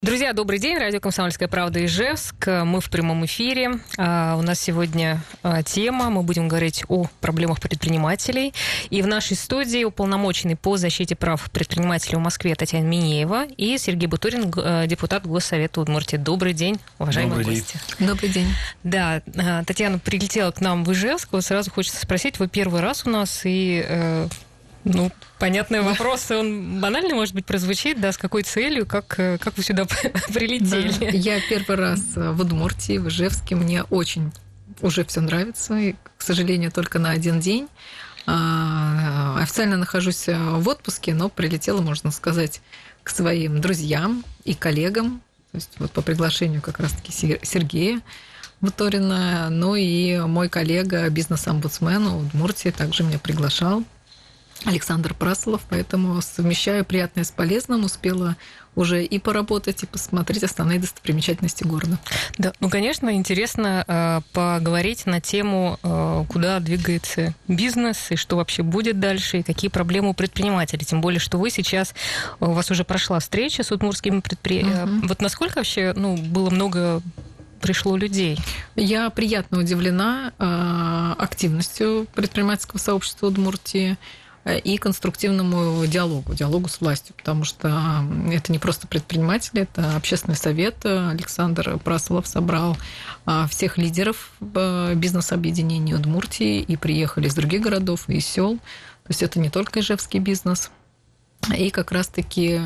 Друзья, добрый день. Радио «Комсомольская правда» Ижевск. Мы в прямом эфире. У нас сегодня тема. Мы будем говорить о проблемах предпринимателей. И в нашей студии уполномоченный по защите прав предпринимателей в Москве Татьяна Минеева и Сергей Бутурин, депутат Госсовета Удмуртии. Добрый день, уважаемые гости. Добрый день. Да, Татьяна прилетела к нам в Ижевск. Вот сразу хочется спросить, вы первый раз у нас и... понятный вопрос, он банальный, может быть, прозвучит, да, с какой целью, как вы сюда прилетели? Да, я первый раз в Удмуртии, в Ижевске, мне очень уже все нравится, и, к сожалению, только на один день. Официально нахожусь в отпуске, но прилетела, можно сказать, к своим друзьям и коллегам, то есть вот по приглашению как раз-таки Сергея Бутурина, ну и мой коллега, бизнес-омбудсмен Удмуртии, также меня приглашал. Александр Праслов, поэтому совмещаю приятное с полезным, успела уже и поработать, и посмотреть основные достопримечательности города. Да, конечно, интересно поговорить на тему, куда двигается бизнес, и что вообще будет дальше, и какие проблемы у предпринимателей. Тем более, что вы сейчас, у вас уже прошла встреча с удмуртскими предприятиями. Вот насколько вообще, было много... пришло людей? Я приятно удивлена активностью предпринимательского сообщества Удмуртии и конструктивному диалогу с властью, потому что это не просто предприниматели, это общественный совет. Александр Праслов собрал всех лидеров бизнес-объединений Удмуртии и приехали из других городов и из сел. То есть это не только ижевский бизнес. И как раз-таки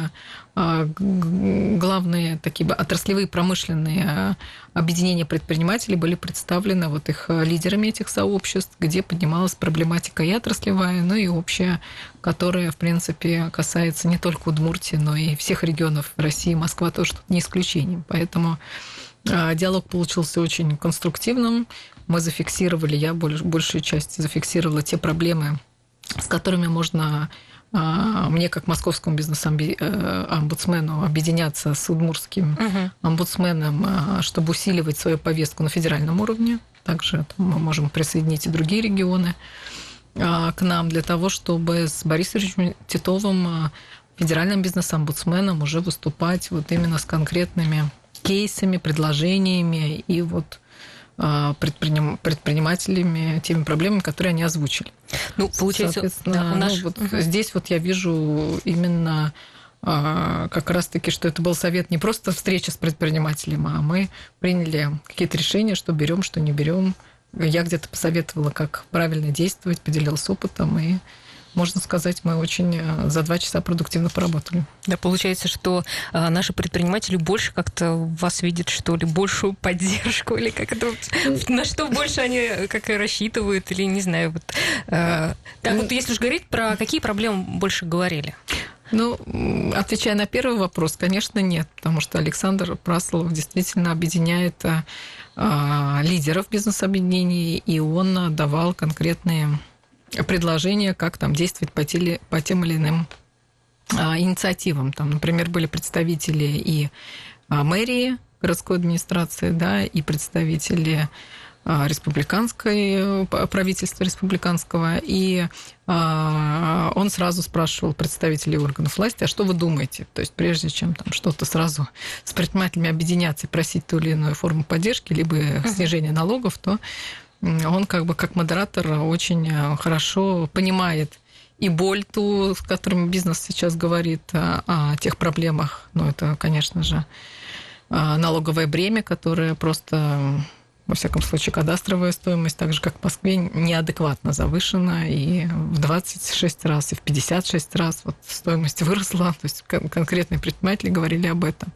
главные такие отраслевые промышленные объединения предпринимателей были представлены вот их лидерами этих сообществ, где поднималась проблематика и отраслевая, но и общая, которая, в принципе, касается не только Удмуртии, но и всех регионов России. Москва тоже тут не исключением. Поэтому диалог получился очень конструктивным. Мы зафиксировали, я большую часть зафиксировала те проблемы, с которыми можно... Мне, как московскому бизнес-омбудсмену, объединяться с удмуртским омбудсменом, чтобы усиливать свою повестку на федеральном уровне. Также мы можем присоединить и другие регионы к нам для того, чтобы с Борисом Ильичем Титовым, федеральным бизнес-омбудсменом, уже выступать вот именно с конкретными кейсами, предложениями и вот предпринимателями, теми проблемами, которые они озвучили. Получается, да, здесь вот я вижу именно как раз-таки, что это был совет не просто встреча с предпринимателем, а мы приняли какие-то решения, что берем, что не берем. Я где-то посоветовала, как правильно действовать, поделилась опытом, и можно сказать, мы очень за 2 часа продуктивно поработали. Да, получается, что наши предприниматели больше как-то вас видят, что ли, большую поддержку, или как это, на что больше они как рассчитывают, или не знаю. Вот. Так вот, если уж говорить, про какие проблемы больше говорили? Отвечая на первый вопрос, конечно, нет, потому что Александр Праслов действительно объединяет лидеров бизнес-объединений, и он давал конкретные предложения, как там действовать по тем или иным инициативам. Там, например, были представители и мэрии, городской администрации, да, и представители республиканской, правительства республиканского, и он сразу спрашивал представителей органов власти, а что вы думаете? То есть прежде чем там что-то сразу с предпринимателями объединяться и просить ту или иную форму поддержки, либо снижение налогов, то он как модератор очень хорошо понимает и боль ту, с которой бизнес сейчас говорит о тех проблемах. Это, конечно же, налоговое бремя, которое просто, во всяком случае, кадастровая стоимость, так же, как в Москве, неадекватно завышена, и в 26 раз, и в 56 раз вот стоимость выросла, то есть конкретные предприниматели говорили об этом.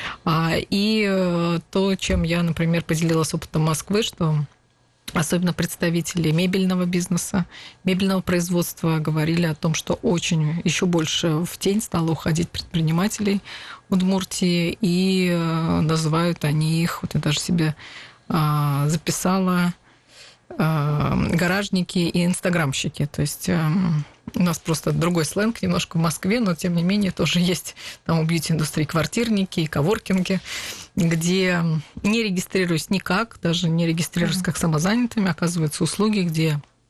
И то, чем я, например, поделилась опытом Москвы, что особенно представители мебельного бизнеса, мебельного производства говорили о том, что очень еще больше в тень стало уходить предпринимателей Удмуртии, и называют они их, вот я даже себе записала, гаражники и инстаграмщики. То есть у нас просто другой сленг немножко в Москве, но тем не менее тоже есть там у бьюти-индустрии коворкинги и коворкинги, где не регистрируясь никак, даже не регистрируясь как самозанятыми, оказываются услуги, где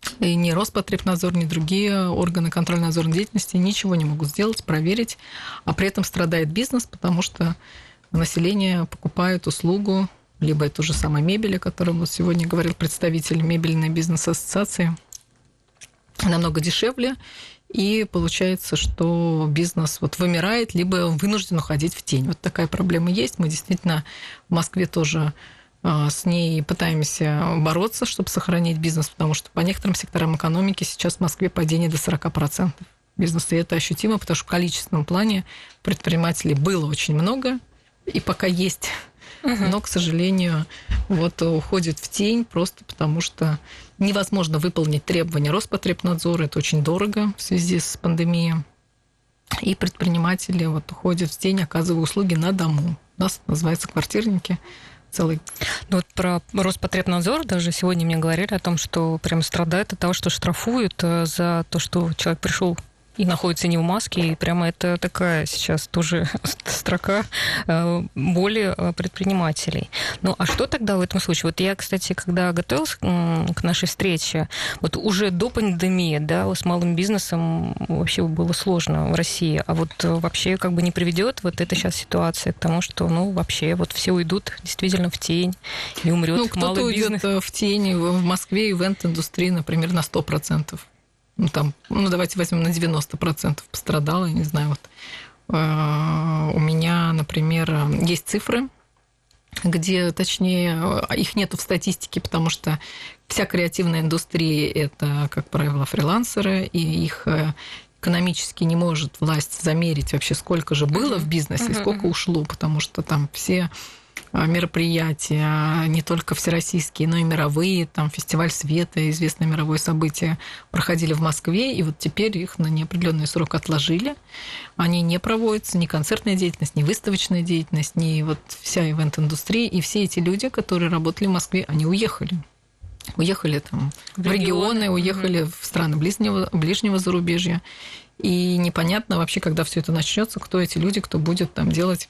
И ни Роспотребнадзор, ни другие органы контрольно-надзорной деятельности ничего не могут сделать, проверить, а при этом страдает бизнес, потому что население покупает услугу, либо эту же самую мебель, о которой вот сегодня говорил представитель мебельной бизнес-ассоциации, намного дешевле, и получается, что бизнес вот вымирает, либо вынужден уходить в тень. Вот такая проблема есть. Мы действительно в Москве тоже с ней пытаемся бороться, чтобы сохранить бизнес, потому что по некоторым секторам экономики сейчас в Москве падение до 40% бизнеса. И это ощутимо, потому что в количественном плане предпринимателей было очень много, и пока есть, но, к сожалению, вот уходит в тень просто потому, что невозможно выполнить требования Роспотребнадзора, это очень дорого в связи с пандемией, и предприниматели вот уходят в тень, оказывая услуги на дому. У нас это называется квартирники. Целый. Ну, вот про Роспотребнадзор даже сегодня мне говорили о том, что прям страдает от того, что штрафуют за то, что человек пришел и находится не в маске, и прямо это такая сейчас тоже строка боли предпринимателей. Ну, а что тогда в этом случае? Вот я, кстати, когда готовилась к нашей встрече, вот уже до пандемии, да, с малым бизнесом вообще было сложно в России, а вот вообще как бы не приведет вот эта сейчас ситуация к тому, что, ну, вообще вот все уйдут действительно в тень, и умрет малый бизнес. Кто-то уйдет в тень в Москве, ивент-индустрии, например, на 100%. Ну, там, давайте возьмем на 90% пострадало, я не знаю, вот. У меня, например, есть цифры, где, точнее, их нету в статистике, потому что вся креативная индустрия – это, как правило, фрилансеры, и их экономически не может власть замерить вообще, сколько же было в бизнесе и сколько ушло, потому что там все мероприятия, не только всероссийские, но и мировые, там фестиваль света, известное мировое событие, проходили в Москве, и вот теперь их на неопределенный срок отложили. Они не проводятся, ни концертная деятельность, ни выставочная деятельность, ни вот вся ивент-индустрия, и все эти люди, которые работали в Москве, они уехали. Уехали там в регионы, уехали в страны ближнего зарубежья. И непонятно вообще, когда все это начнется, кто эти люди, кто будет там делать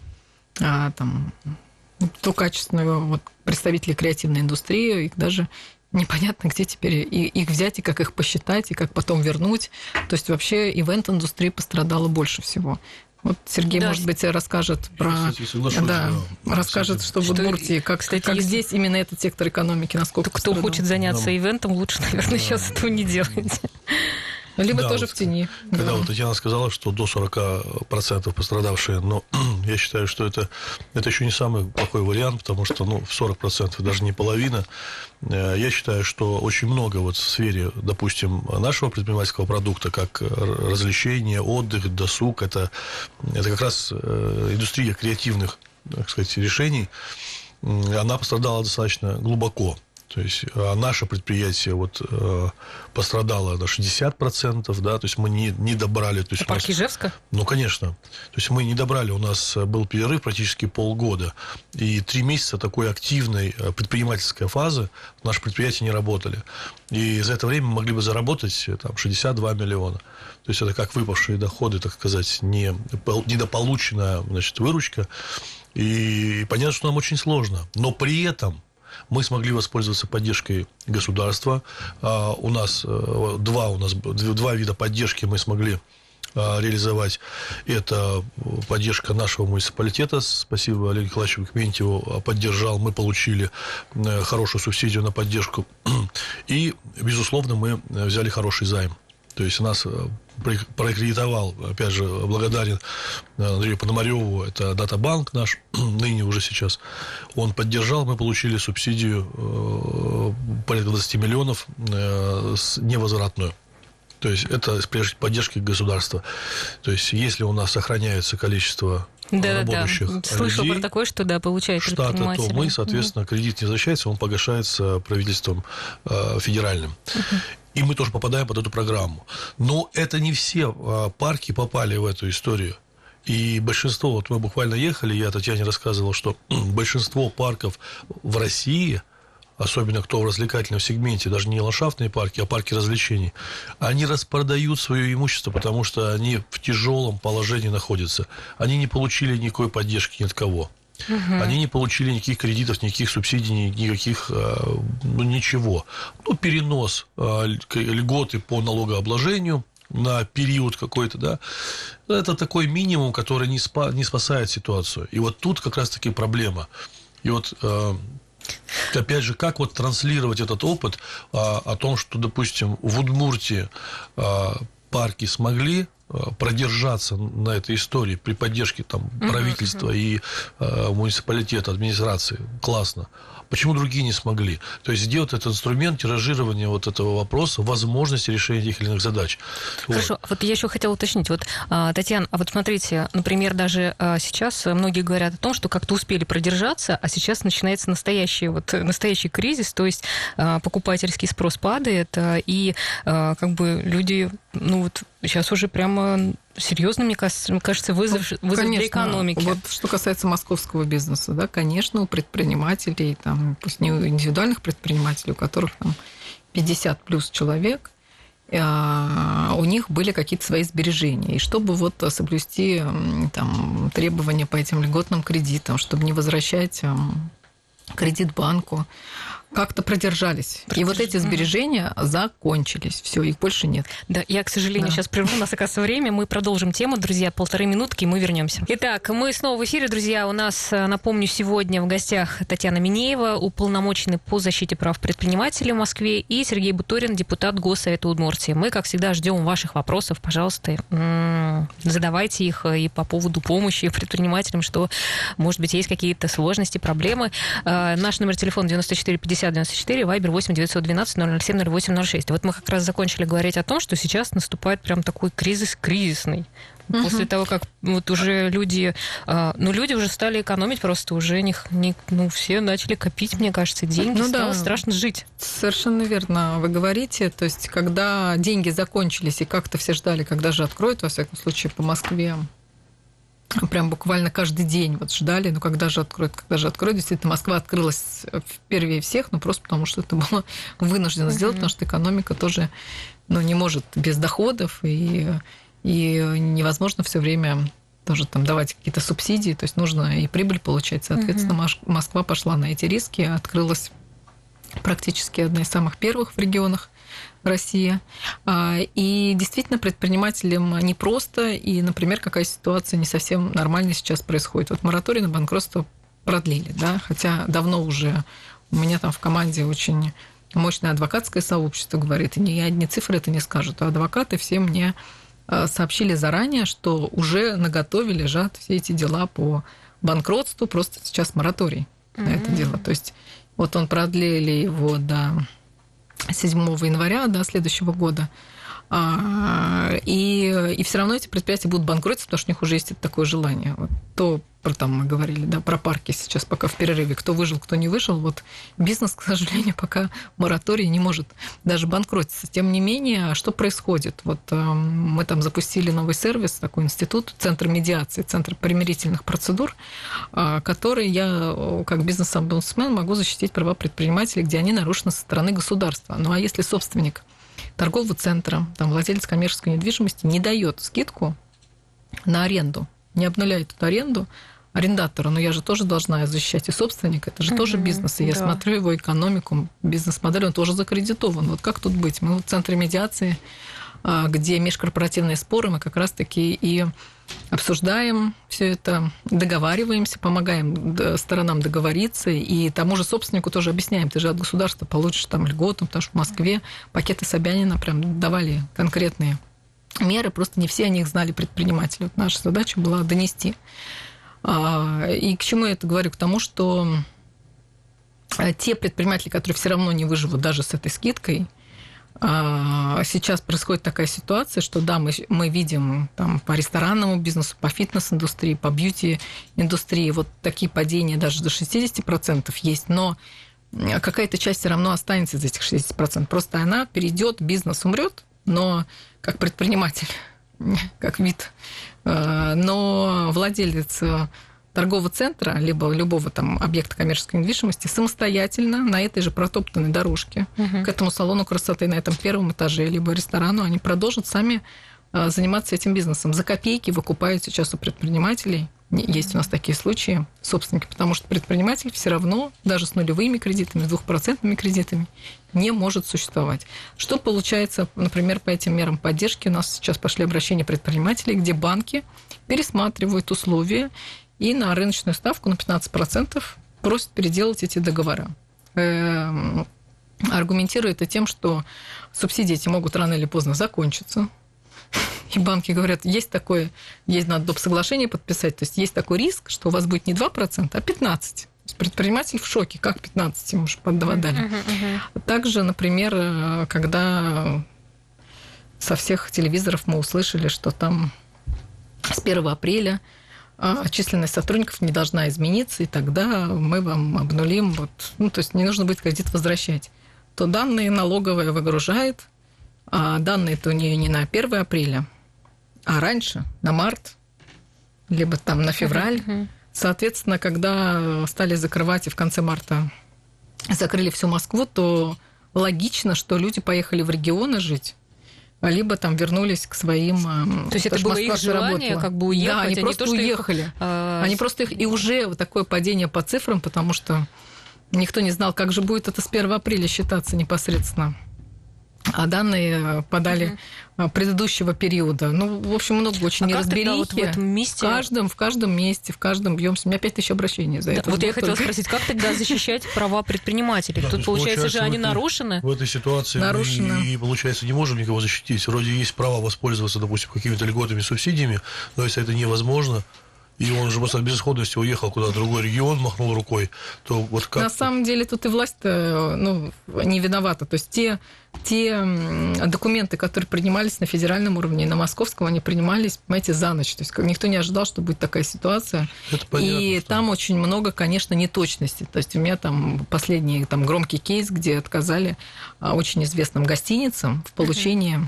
там ту качественную вот, представителей креативной индустрии, их даже непонятно, где теперь их взять, и как их посчитать, и как потом вернуть. То есть вообще ивент-индустрия пострадала больше всего. Вот Сергей, да, может быть, расскажет про... расскажет, что в Удмуртии, как здесь именно этот сектор экономики, насколько кто хочет заняться ивентом, лучше, наверное, сейчас этого не делать. Либо тоже в тени. Когда вот Татьяна сказала, что до 40% пострадавшие, но я считаю, что это еще не самый плохой вариант, потому что 40% даже не половина. Я считаю, что очень много вот в сфере, допустим, нашего предпринимательского продукта, как развлечения, отдых, досуг, это как раз индустрия креативных, так сказать, решений, она пострадала достаточно глубоко. То есть наше предприятие пострадало на 60%, да, то есть мы не добрали. То есть парк Ижевска? Ну, конечно. То есть мы не добрали, у нас был перерыв практически полгода, и 3 месяца такой активной предпринимательской фазы наши предприятия не работали. И за это время мы могли бы заработать там 62 миллиона. То есть это как выпавшие доходы, так сказать, недополученная, значит, выручка. И понятно, что нам очень сложно. Но при этом мы смогли воспользоваться поддержкой государства. У нас два вида поддержки мы смогли реализовать. Это поддержка нашего муниципалитета. Спасибо Олегу Николаевичу Кментьеву поддержал. Мы получили хорошую субсидию на поддержку. И, безусловно, мы взяли хороший займ. То есть нас прокредитовал, опять же, благодарен Андрею Пономареву, это Датабанк наш, ныне уже сейчас, он поддержал, мы получили субсидию порядка 20 миллионов невозвратную. То есть это прежде поддержки государства. То есть если у нас сохраняется количество работающих людей, слышал про такое, что получают штаты, то мы, соответственно, кредит не возвращается, он погашается правительством федеральным. И мы тоже попадаем под эту программу. Но это не все парки попали в эту историю. И большинство, вот мы буквально ехали, я Татьяне рассказывал, что большинство парков в России, особенно кто в развлекательном сегменте, даже не ландшафтные парки, а парки развлечений, они распродают свое имущество, потому что они в тяжелом положении находятся. Они не получили никакой поддержки ни от кого. Они не получили никаких кредитов, никаких субсидий, никаких, ничего. Перенос льготы по налогообложению на период какой-то, да, это такой минимум, который не спасает ситуацию. И вот тут как раз-таки проблема. И вот, опять же, как вот транслировать этот опыт о том, что, допустим, в Удмуртии парки смогли продержаться на этой истории при поддержке там правительства и муниципалитета, администрации. Классно. Почему другие не смогли? То есть сделать этот инструмент тиражирования вот этого вопроса, возможности решения тех или иных задач. Хорошо. Вот я еще хотела уточнить. Вот, Татьяна, а вот смотрите, например, даже сейчас многие говорят о том, что как-то успели продержаться, а сейчас начинается настоящий кризис, то есть покупательский спрос падает, и как бы люди, сейчас уже прямо серьезно, мне кажется, вызов для экономики. Вот что касается московского бизнеса, да, конечно, у предпринимателей, там, пусть не у индивидуальных предпринимателей, у которых там 50 плюс человек, у них были какие-то свои сбережения. И чтобы вот соблюсти там, требования по этим льготным кредитам, чтобы не возвращать кредит банку, как-то продержались. И вот эти сбережения закончились. Все, их больше нет. Да, я, к сожалению, сейчас прерву. У нас, оказывается, время. Мы продолжим тему, друзья. 1,5 минутки, и мы вернемся. Итак, мы снова в эфире, друзья. У нас, напомню, сегодня в гостях Татьяна Минеева, уполномоченный по защите прав предпринимателей в Москве, и Сергей Буторин, депутат Госсовета Удмуртии. Мы, как всегда, ждем ваших вопросов. Пожалуйста, задавайте их и по поводу помощи предпринимателям, что, может быть, есть какие-то сложности, проблемы. Наш номер телефона 94 50 94, Вайбер 8 912 007 08 06. Вот мы как раз закончили говорить о том, что сейчас наступает прям такой кризис кризисный. После того, как вот уже люди уже стали экономить, просто уже все начали копить, мне кажется, деньги, стало страшно жить. Совершенно верно вы говорите. То есть, когда деньги закончились, и как-то все ждали, когда же откроют, во всяком случае, по Москве, прям буквально каждый день вот ждали, когда же откроют. Действительно, Москва открылась впервые всех, просто потому что это было вынуждено сделать, потому что экономика тоже не может без доходов, и невозможно все время тоже там давать какие-то субсидии, то есть нужно и прибыль получать. Соответственно, Москва пошла на эти риски, открылась практически одна из самых первых в регионах России. И действительно предпринимателям непросто, и, например, какая ситуация не совсем нормальная сейчас происходит. Вот мораторий на банкротство продлили, да, хотя давно уже у меня там в команде очень мощное адвокатское сообщество говорит, и ни одни цифры это не скажут, а адвокаты все мне сообщили заранее, что уже наготове лежат все эти дела по банкротству, просто сейчас мораторий на это дело. То есть вот он продлили его до 7 января следующего года. И все равно эти предприятия будут банкротиться, потому что у них уже есть такое желание. Вот то, мы говорили, про парки сейчас пока в перерыве, кто выжил, кто не выжил. Вот бизнес, к сожалению, пока мораторий не может даже банкротиться. Тем не менее, что происходит? Вот мы там запустили новый сервис, такой институт, центр медиации, центр примирительных процедур, который я, как бизнес-омбудсмен, могу защитить права предпринимателей, где они нарушены со стороны государства. Ну а если собственник торгового центра, владелец коммерческой недвижимости не дает скидку на аренду, не обнуляет эту аренду арендатору, но я же тоже должна защищать и собственника, это же тоже бизнес, и я смотрю его экономику, бизнес-модель, он тоже закредитован. Вот как тут быть? Мы в центре медиации, где межкорпоративные споры, мы как раз-таки и обсуждаем все это, договариваемся, помогаем сторонам договориться, и тому же собственнику тоже объясняем, ты же от государства получишь льготу, потому что в Москве пакеты Собянина прям давали конкретные меры, просто не все о них знали предприниматели. Вот наша задача была донести. И к чему я это говорю? К тому, что те предприниматели, которые все равно не выживут даже с этой скидкой, сейчас происходит такая ситуация, что мы видим по ресторанному бизнесу, по фитнес-индустрии, по бьюти-индустрии вот такие падения даже до 60% есть, но какая-то часть все равно останется из этих 60%. Просто она перейдет, бизнес умрет, но как предприниматель, как вид, но владелец торгового центра, либо любого объекта коммерческой недвижимости самостоятельно на этой же протоптанной дорожке к этому салону красоты на этом первом этаже, либо ресторану, они продолжат сами заниматься этим бизнесом. За копейки выкупают сейчас у предпринимателей Есть у нас такие случаи, собственники, потому что предприниматель все равно, даже с нулевыми кредитами, с 2% кредитами, не может существовать. Что получается, например, по этим мерам поддержки? У нас сейчас пошли обращения предпринимателей, где банки пересматривают условия и на рыночную ставку на 15% просят переделать эти договора. Аргументируя это тем, что субсидии эти могут рано или поздно закончиться. И банки говорят, надо доп. Соглашение подписать, то есть есть такой риск, что у вас будет не 2%, а 15%. Предприниматель в шоке, как 15, ему же поддали. Также, например, когда со всех телевизоров мы услышали, что там с 1 апреля численность сотрудников не должна измениться, и тогда мы вам обнулим, то есть не нужно будет кредит возвращать, то данные налоговая выгружает, а данные-то у нее не на 1 апреля, а раньше, на март, либо там на февраль. Соответственно, когда стали закрывать и в конце марта закрыли всю Москву, то логично, что люди поехали в регионы жить, либо там вернулись к своим... То есть это было их желание как бы уехать? Да, они просто уехали. Они просто и уже вот такое падение по цифрам, потому что никто не знал, как же будет это с 1 апреля считаться непосредственно. А данные подали предыдущего периода. В общем, много очень неразберихи. Вот в этом месте... В каждом месте, в каждом бьемся. У меня 5000 обращений за это. Вот я хотела спросить, как тогда защищать права предпринимателей? Да, тут, получается же, они нарушены? В этой ситуации мы, получается, не можем никого защитить. Вроде есть право воспользоваться, допустим, какими-то льготами, субсидиями, но если это невозможно, и он же просто от безысходности уехал куда-то в другой регион, махнул рукой, то вот как... На самом деле тут и власть-то не виновата. То есть те документы, которые принимались на федеральном уровне и на московском, они принимались, понимаете, за ночь. То есть никто не ожидал, что будет такая ситуация. Это понятно, и там очень много, конечно, неточностей. То есть у меня там последний громкий кейс, где отказали очень известным гостиницам в получении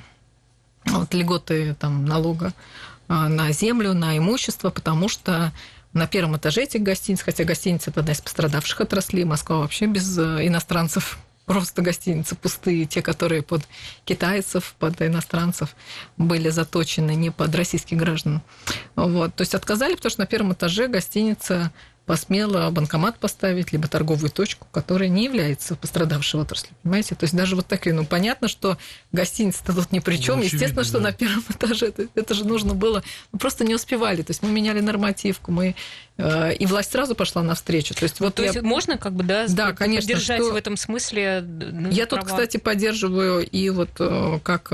льготы налога на землю, на имущество, потому что на первом этаже этих гостиниц, хотя гостиница – это одна из пострадавших отраслей, Москва вообще без иностранцев, просто гостиницы пустые, те, которые под китайцев, под иностранцев были заточены, не под российских граждан. То есть отказали, потому что на первом этаже гостиница посмела банкомат поставить, либо торговую точку, которая не является пострадавшей отраслью, понимаете? То есть даже вот такие, понятно, что гостиница-то тут ни при чем. Естественно, что на первом этаже это же нужно было, просто не успевали. То есть мы меняли нормативку, и власть сразу пошла навстречу. То есть можно конечно, поддержать в этом смысле Я тут, кстати, поддерживаю, и как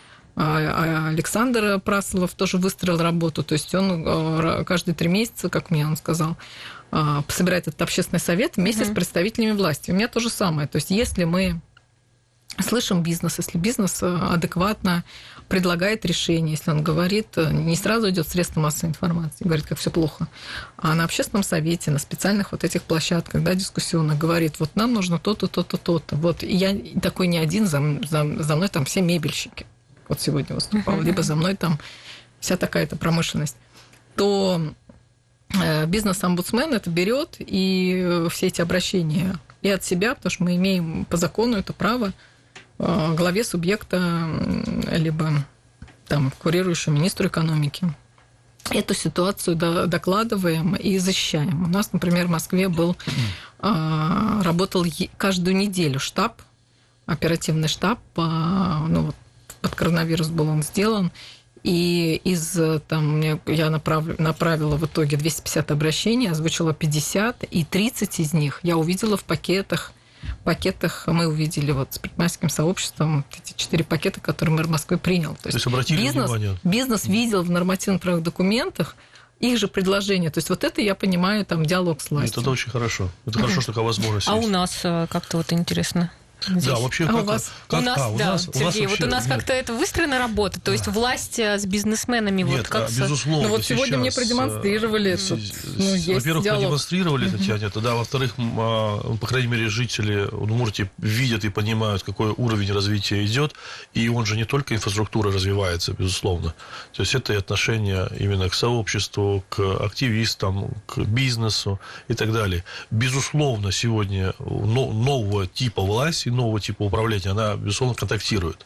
Александр Праслов тоже выстроил работу, то есть он каждые 3 месяца, как мне он сказал, собирает этот общественный совет вместе с представителями власти. У меня то же самое. То есть если мы слышим бизнес, если бизнес адекватно предлагает решение, если он говорит, не сразу идет средства массовой информации, говорит, как все плохо, а на общественном совете, на специальных этих площадках, дискуссионных, говорит, нам нужно то-то, то-то, то-то. И я такой не один, за мной там все мебельщики. Сегодня выступал, либо за мной там вся такая-то промышленность, то бизнес-омбудсмен это берет и все эти обращения и от себя, потому что мы имеем по закону это право главе субъекта, либо курирующему министру экономики. Эту ситуацию докладываем и защищаем. У нас, например, в Москве работал каждую неделю штаб, оперативный штаб, под коронавирус был он сделан, и я направила в итоге 250 обращений, озвучила 50, и 30 из них я увидела в пакетах мы увидели с предпринимательским сообществом эти 4 пакета, которые мэр Москвы принял. То есть обратили внимание. Бизнес видел в нормативно-правовых документах их же предложения. То есть это я понимаю, диалог с властью. Это очень хорошо. Это хорошо, что такая возможность есть. У нас как-то интересно. Здесь. Да, вообще, у нас, Сергей, у нас как-то это выстроена работа, то есть власть с бизнесменами нет, безусловно. Сегодня мне продемонстрировали во-первых, продемонстрировали, Татьяна, во-вторых, по крайней мере, жители Удмуртии видят и понимают, какой уровень развития идет, и он же не только инфраструктура развивается, безусловно. То есть это и отношение именно к сообществу, к активистам, к бизнесу и так далее. Безусловно, сегодня нового типа власти, нового типа управления, она, безусловно, контактирует.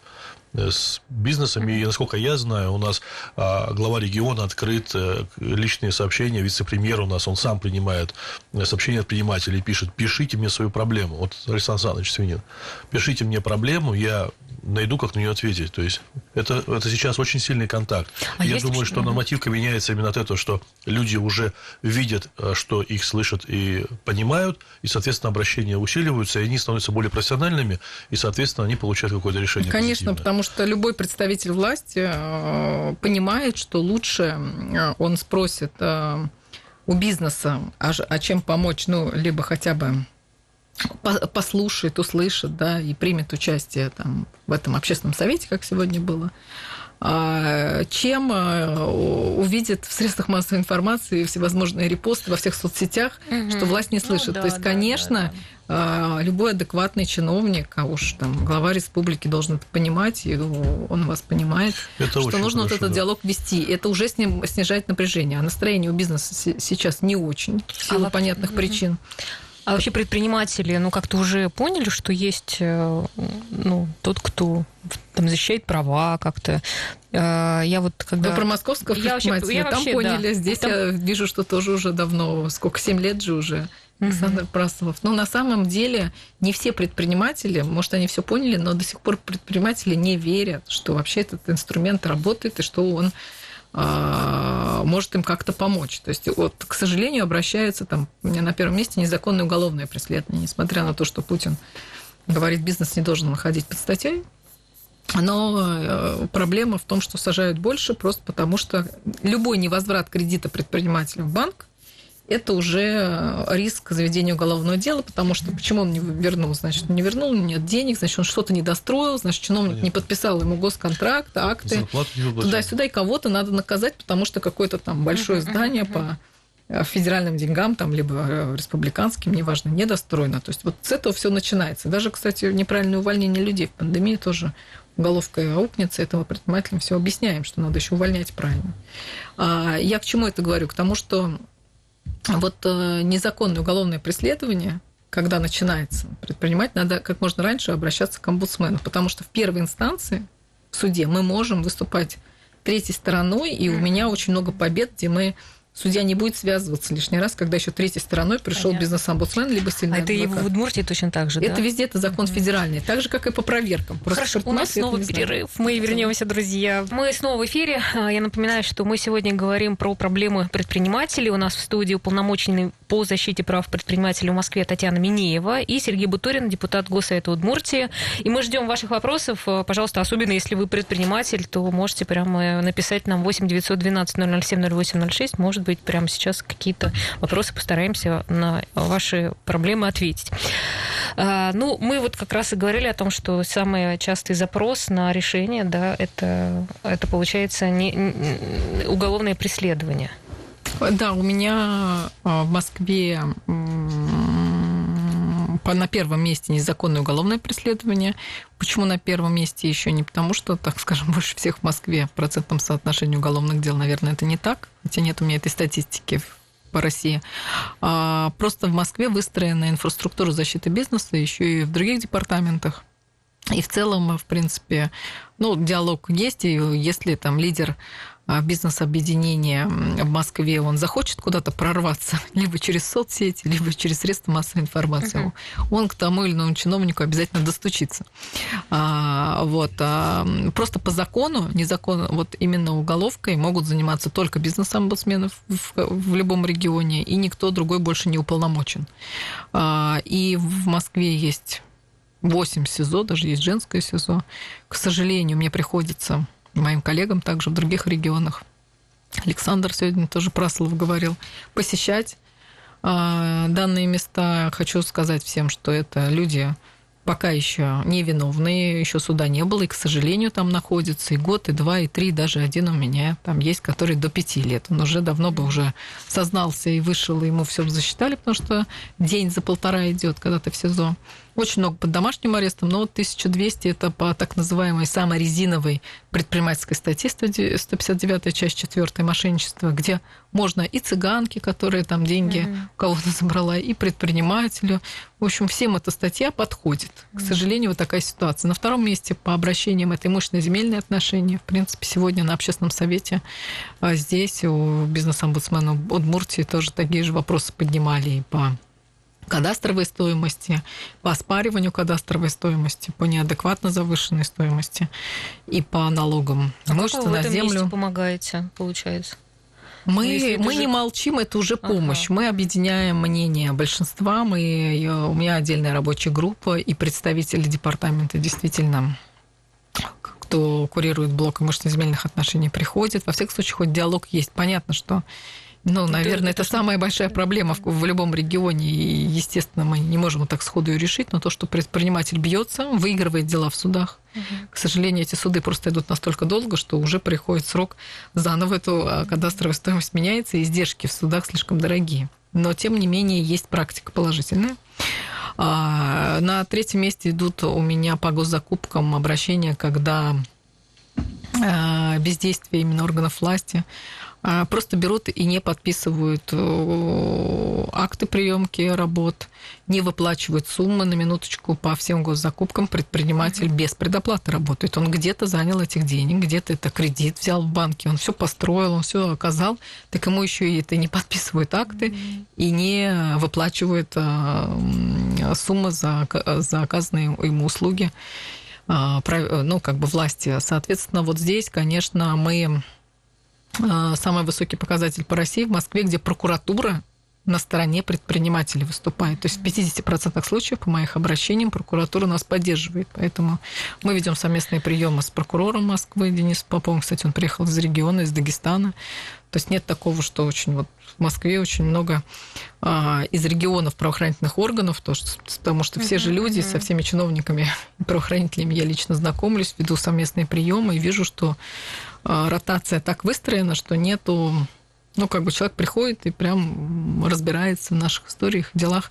с бизнесами. И, насколько я знаю, у нас глава региона открыт личные сообщения, вице-премьер у нас, он сам принимает сообщения от предпринимателей, пишет: пишите мне свою проблему. Вот Александр Александрович Свинин. Пишите мне проблему, я найду, как на нее ответить. То есть это сейчас очень сильный контакт. Я думаю, что нормативка меняется именно от этого, что люди уже видят, что их слышат и понимают, и, соответственно, обращения усиливаются, и они становятся более профессиональными, и, соответственно, они получают какое-то решение. Конечно, потому что любой представитель власти понимает, что лучше он спросит у бизнеса, а чем помочь, либо хотя бы послушает, услышит, да, и примет участие там, в этом общественном совете, как сегодня было, чем увидит в средствах массовой информации всевозможные репосты во всех соцсетях, что власть не слышит. То есть, конечно, любой адекватный чиновник, а уж там глава республики должен это понимать, и он вас понимает, что нужно вот этот диалог вести. Это уже снижает напряжение. А настроение у бизнеса сейчас не очень, в силу понятных причин. А вообще предприниматели, как-то уже поняли, что есть, тот, кто там защищает права как-то. Я вот когда... Вы про московского предпринимателя там поняли, да. Здесь я вижу, что тоже уже давно, 7 лет же уже, Александр Прасолов. На самом деле не все предприниматели, может, они все поняли, но до сих пор предприниматели не верят, что вообще этот инструмент работает и что он может им как-то помочь. То есть, к сожалению, обращаются у меня на первом месте незаконное уголовное преследование, несмотря на то, что Путин говорит, бизнес не должен находить под статьей. Но проблема в том, что сажают больше просто потому, что любой невозврат кредита предпринимателя в банк – это уже риск заведения уголовного дела, потому что почему он не вернул? Значит, не вернул, нет денег, значит, он что-то не достроил, значит, чиновник не подписал ему госконтракт, акты, туда-сюда, и кого-то надо наказать, потому что какое-то там большое здание по федеральным деньгам, либо республиканским, неважно, недостроено. То есть вот с этого все начинается. Даже, кстати, неправильное увольнение людей в пандемии тоже уголовка аукнется, этого предпринимателям все объясняем, что надо еще увольнять правильно. Я к чему это говорю? К тому, что незаконное уголовное преследование, когда начинается предпринимать, надо как можно раньше обращаться к омбудсмену, потому что в первой инстанции в суде мы можем выступать третьей стороной, и у меня очень много побед, где судья не будет связываться лишний раз, когда еще третьей стороной пришел бизнес-омбудсмен, либо сильный адвокат. Это и в Удмуртии точно так же, да? Это везде, это закон федеральный, так же, как и по проверкам. Хорошо, у нас снова перерыв, мы вернемся, друзья. Мы снова в эфире. Я напоминаю, что мы сегодня говорим про проблемы предпринимателей. У нас в студии уполномоченный по защите прав предпринимателей в Москве Татьяна Минеева и Сергей Буторин, депутат Госсовета Удмуртии. И мы ждем ваших вопросов. Пожалуйста, особенно если вы предприниматель, то можете прямо написать нам 8 912 007 0806. Может быть, прямо сейчас какие-то вопросы, постараемся на ваши проблемы ответить. Мы вот как раз и говорили о том, что самый частый запрос на решение, да, это получается уголовное преследование. Да, у меня в Москве на первом месте незаконное уголовное преследование. Почему на первом месте еще не потому, что, так скажем, больше всех в Москве в процентном соотношении уголовных дел, наверное, это не так, хотя нет у меня этой статистики по России. Просто в Москве выстроена инфраструктура защиты бизнеса, еще и в других департаментах. И в целом, в принципе, диалог есть, и если там лидер бизнес-объединения в Москве, он захочет куда-то прорваться, либо через соцсети, либо через средства массовой информации, он к тому или иному чиновнику обязательно достучится. Просто по закону, именно уголовкой могут заниматься только бизнес-омбудсмены в любом регионе, и никто другой больше не уполномочен. И в Москве есть 8 СИЗО, даже есть женское СИЗО. К сожалению, мне приходится моим коллегам также в других регионах, Александр сегодня тоже Прасолов говорил, посещать данные места. Хочу сказать всем, что это люди пока еще невиновные, еще суда не было, и, к сожалению, там находятся и год, и 2, и 3, даже один у меня там есть, который до 5 лет. Он уже давно бы уже сознался и вышел, и ему все засчитали, потому что день за 1,5 идет, когда ты в СИЗО. Очень много под домашним арестом, но вот 1200 – это по так называемой самой резиновой предпринимательской статье, 159 часть 4 мошенничество, где можно и цыганке, которые там деньги у кого-то забрала, и предпринимателю. В общем, всем эта статья подходит. К сожалению, вот такая ситуация. На втором месте по обращениям это имущественно-земельные отношения. В принципе, сегодня на общественном совете здесь у бизнес-омбудсмена Удмуртии тоже такие же вопросы поднимали и по кадастровой стоимости, по оспариванию кадастровой стоимости, по неадекватно завышенной стоимости и по налогам имущества на землю. Вы помогаете, получается? Мы не молчим, это уже помощь. Мы объединяем мнение большинства. У меня отдельная рабочая группа и представители департамента действительно, кто курирует блок имущественно-земельных отношений, приходит. Во всяком случае, хоть диалог есть. Понятно, что наверное, это самая большая проблема в любом регионе, и, естественно, мы не можем так сходу ее решить, но то, что предприниматель бьется, выигрывает дела в судах. К сожалению, эти суды просто идут настолько долго, что уже приходит срок заново, эту кадастровая стоимость меняется, и издержки в судах слишком дорогие. Но, тем не менее, есть практика положительная. На третьем месте идут у меня по госзакупкам обращения, когда бездействие именно органов власти просто берут и не подписывают акты приемки работ, не выплачивают суммы на минуточку по всем госзакупкам. Предприниматель без предоплаты работает. Он где-то занял этих денег, где-то это кредит взял в банке, он все построил, он все оказал, так ему еще и это не подписывают акты и не выплачивают суммы за оказанные ему услуги, власти. Соответственно, вот здесь, конечно, мы самый высокий показатель по России в Москве, где прокуратура на стороне предпринимателей выступает. То есть в 50% случаев по моих обращениям прокуратура нас поддерживает. Поэтому мы ведем совместные приемы с прокурором Москвы Денисом Поповым. Кстати, он приехал из региона, из Дагестана. То есть нет такого, что в Москве очень много из регионов правоохранительных органов, потому что все же люди, со всеми чиновниками и правоохранителями я лично знакомлюсь, веду совместные приемы и вижу, что ротация так выстроена, что нету... человек приходит и прям разбирается в наших историях, делах.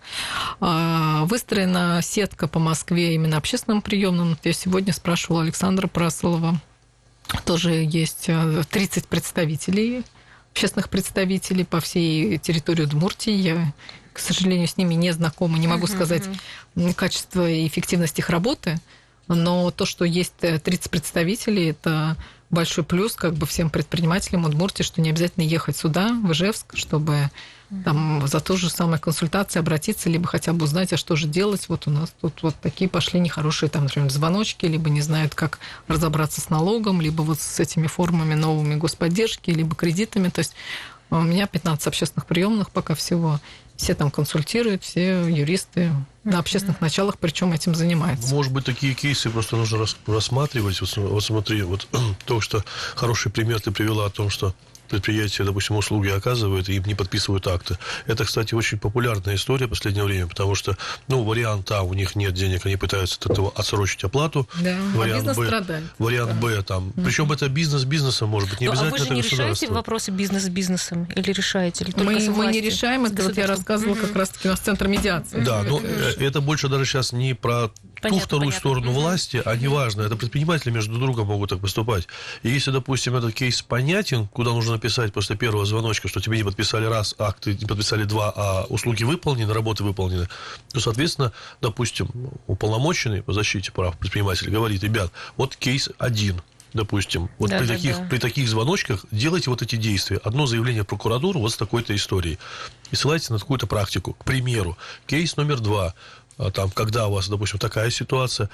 Выстроена сетка по Москве именно общественным приемным. Я сегодня спрашивала Александра Прасолова. Тоже есть 30 представителей, общественных представителей по всей территории Удмуртии. Я, к сожалению, с ними не знакома, не могу сказать качество и эффективность их работы, но то, что есть 30 представителей, это большой плюс всем предпринимателям Удмуртии, что не обязательно ехать сюда, в Ижевск, чтобы там за ту же самую консультацию обратиться, либо хотя бы узнать, а что же делать. Вот у нас тут вот такие пошли нехорошие, например, звоночки, либо не знают, как разобраться с налогом, либо с этими формами новыми господдержки, либо кредитами. То есть у меня 15 общественных приемных пока всего. Все там консультируют, все юристы на общественных началах, причем этим занимаются. Может быть, такие кейсы просто нужно рассматривать. Вот смотри, то, что хороший пример ты привела о том, что предприятия, допустим, услуги оказывают, и им не подписывают акты. Это, кстати, очень популярная история в последнее время, потому что, вариант А, у них нет денег, они пытаются от этого отсрочить оплату. Да, вариант Б, страдает. Вариант Б, причем это бизнес бизнесом, может быть, не обязательно это государство. А вы же не государство. решаете вопросы бизнес с бизнесом? Или решаете? Или мы не решаем, это я рассказывала как раз-таки у нас центр медиации. Да, но это больше даже сейчас не про ту вторую сторону власти, а неважно, это предприниматели между другом могут так поступать. И если, допустим, этот кейс понятен, куда нужно написать после первого звоночка, что тебе не подписали раз акты, не подписали два, а услуги выполнены, работы выполнены, то, соответственно, допустим, уполномоченный по защите прав предпринимателя говорит: ребят, вот кейс 1. Допустим, при таких звоночках делайте вот эти действия. Одно заявление в прокуратуру вот с такой-то историей. И ссылайтесь на какую-то практику. К примеру, кейс номер 2. Когда у вас, допустим, такая ситуация.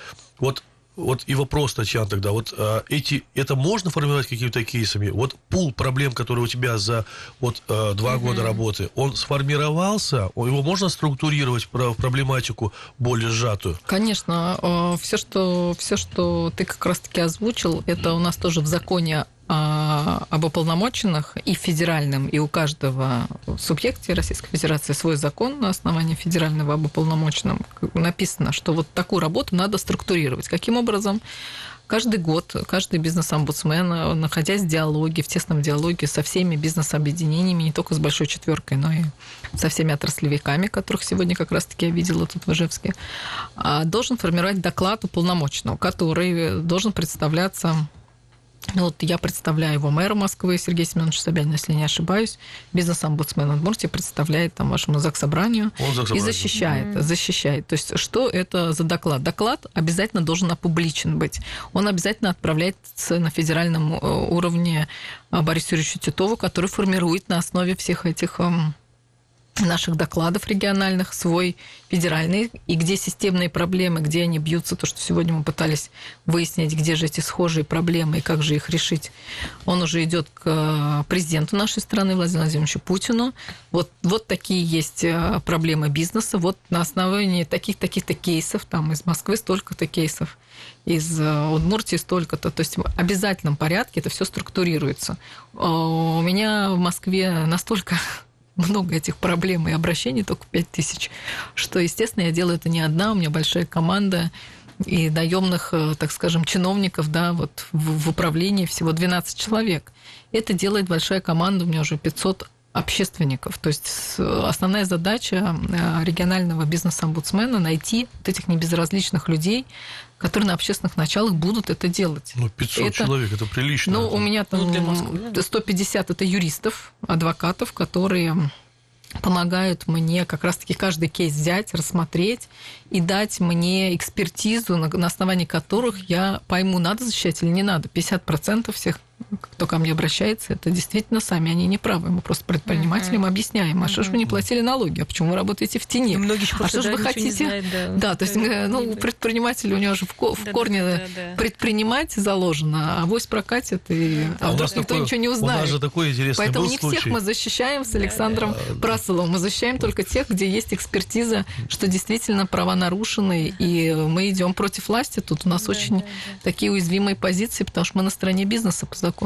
Вот и вопрос, Татьяна, тогда, это можно формировать какими-то кейсами? Вот пул проблем, которые у тебя за 2 года работы, он сформировался? Его можно структурировать в проблематику более сжатую? Конечно. Все, что ты как раз-таки озвучил, это у нас тоже в законе об уполномоченных и федеральном, и у каждого субъекта Российской Федерации свой закон на основании федерального об уполномоченном. Написано, что вот такую работу надо структурировать. Каким образом? каждый год каждый бизнес-омбудсмен, находясь в тесном диалоге со всеми бизнес-объединениями, не только с Большой четверкой, но и со всеми отраслевиками, которых сегодня как раз-таки я видела тут в Ижевске, должен формировать доклад уполномоченного, который должен представляться... Вот я представляю его мэру Москвы Сергея Семеновича Собянина, если не ошибаюсь, бизнес-омбудсмен Удмуртии представляет там вашему заксобранию и защищает. То есть что это за доклад? Доклад обязательно должен опубличен быть. Он обязательно отправляется на федеральном уровне Борису Юрьевичу Титову, который формирует на основе всех этих наших докладов региональных свой федеральный, и где системные проблемы, где они бьются, то, что сегодня мы пытались выяснить, где же эти схожие проблемы и как же их решить. Он уже идет к президенту нашей страны, Владимиру Владимировичу Путину. Вот такие есть проблемы бизнеса, вот на основании таких-то кейсов, там из Москвы столько-то кейсов, из Удмуртии столько-то. То есть в обязательном порядке это все структурируется. У меня в Москве настолько много этих проблем и обращений, только 5000, что, естественно, я делаю это не одна, у меня большая команда и наемных, так скажем, чиновников, да, вот в управлении всего 12 человек. Это делает большая команда, у меня уже 500 общественников. То есть основная задача регионального бизнес-омбудсмена – найти вот этих небезразличных людей, которые на общественных началах будут это делать. 500 человек – это прилично. У меня там 150 – это юристов, адвокатов, которые помогают мне как раз-таки каждый кейс взять, рассмотреть и дать мне экспертизу, на основании которых я пойму, надо защищать или не надо. 50% всех, кто ко мне обращается, это действительно сами они не правы. Мы просто предпринимателям объясняем, а что ж вы не платили налоги, а почему вы работаете в тени? А что же вы хотите? Да, то есть предприниматель, у него же в корне предпринимать заложено, а авось прокатит, и вдруг никто ничего не узнает. У нас же такой интересный Поэтому был не случай. всех мы защищаем с Александром Прасоловым, мы защищаем только тех, где есть экспертиза, что действительно права нарушены, и мы идем против власти. Тут у нас очень такие уязвимые позиции, потому что мы на стороне бизнеса по закону.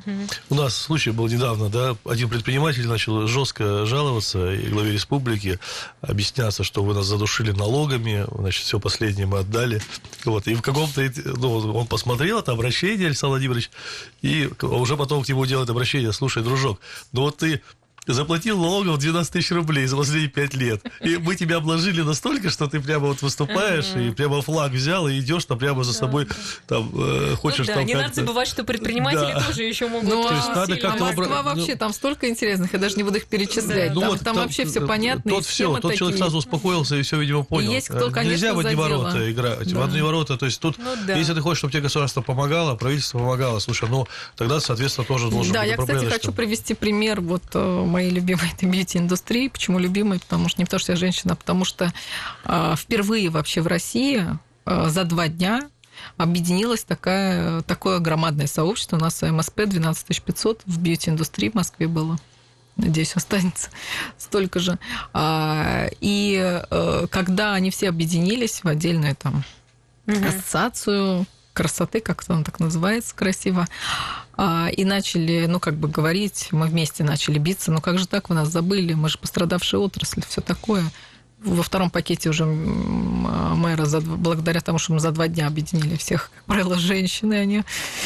У нас случай был недавно, да, один предприниматель начал жестко жаловаться и главе республики, объясняться, что вы нас задушили налогами, значит, все последнее мы отдали. Вот. И в каком-то, он посмотрел это обращение, Александр Владимирович, и уже потом к нему делает обращение: слушай, дружок, вот ты заплатил налогов 12 тысяч рублей за последние 5 лет. И мы тебя обложили настолько, что ты прямо вот выступаешь и прямо флаг взял и идешь там прямо за собой, там, хочешь там не надо забывать, что предприниматели тоже еще могут. То есть надо как-то Москва вообще, там столько интересных, я даже не буду их перечислять. Там вообще все понятно. Тот человек сразу успокоился и все, видимо, понял. Есть кто, конечно, нельзя в одни ворота играть. В одни ворота, то есть тут, если ты хочешь, чтобы тебе государство помогало, правительство помогало, слушай, тогда, соответственно, тоже должен быть. Да, я, кстати, хочу привести пример моей любимой этой бьюти-индустрии. Почему любимой? Потому что не потому, что я женщина, а потому что впервые вообще в России за 2 дня объединилось такое громадное сообщество. У нас МСП 12 500 в бьюти-индустрии в Москве было. Надеюсь, останется столько же. И когда они все объединились в отдельную там ассоциацию красоты, как-то она так называется красиво, и начали, говорить, мы вместе начали биться, как же так, вы нас забыли, мы же пострадавшая отрасль, все такое. Во втором пакете уже мэра, благодаря тому, что мы за 2 дня объединили всех, как правило, женщины, они,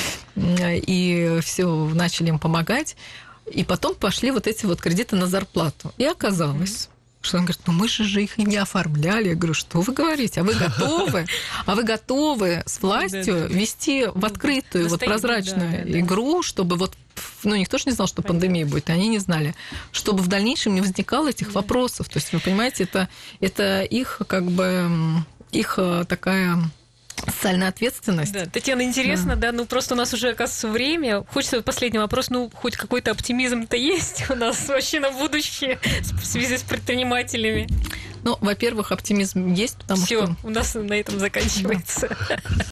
и все начали им помогать, и потом пошли вот эти вот кредиты на зарплату. И оказалось, что он говорит, мы же их и не оформляли. Я говорю, что вы говорите? А вы готовы? А вы готовы с властью вести в открытую, прозрачную игру, чтобы никто же не знал, что пандемия будет, они не знали, чтобы в дальнейшем не возникало этих вопросов. То есть, вы понимаете, это их их такая социальная ответственность. Да, Татьяна, интересно, просто у нас уже, оказывается, время. Хочется последний вопрос, хоть какой-то оптимизм-то есть у нас вообще на будущее в связи с предпринимателями? Во-первых, оптимизм есть, потому что... Всё, у нас на этом заканчивается.